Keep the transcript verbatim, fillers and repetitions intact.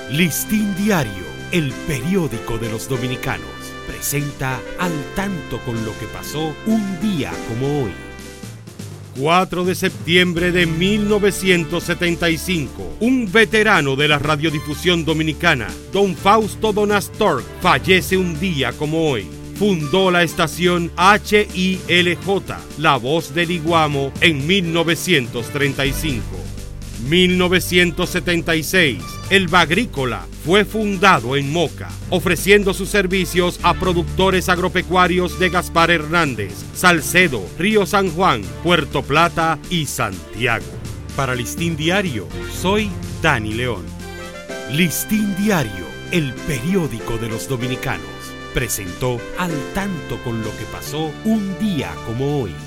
Listín Diario, el periódico de los dominicanos, presenta Al tanto con lo que pasó un día como hoy. cuatro de septiembre de mil novecientos setenta y cinco, un veterano de la radiodifusión dominicana, don Fausto Donastorg, fallece un día como hoy. Fundó la estación H I L J, La Voz del Iguamo, en mil novecientos treinta y cinco. mil novecientos setenta y seis, el Bagrícola fue fundado en Moca, ofreciendo sus servicios a productores agropecuarios de Gaspar Hernández, Salcedo, Río San Juan, Puerto Plata y Santiago. Para Listín Diario, soy Dani León. Listín Diario, el periódico de los dominicanos, presentó Al tanto con lo que pasó un día como hoy.